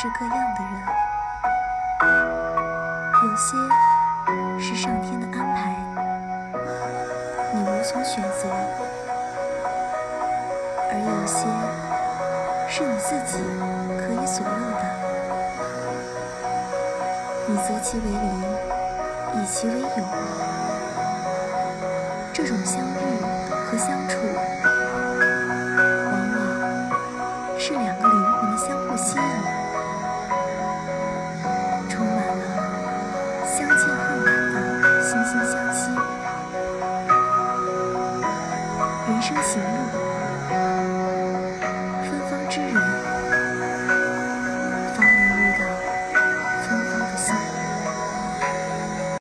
式各样的人，有些是上天的安排，你无从选择，而有些是你自己可以左右的。你择其为邻，以其为友，这种相遇和相处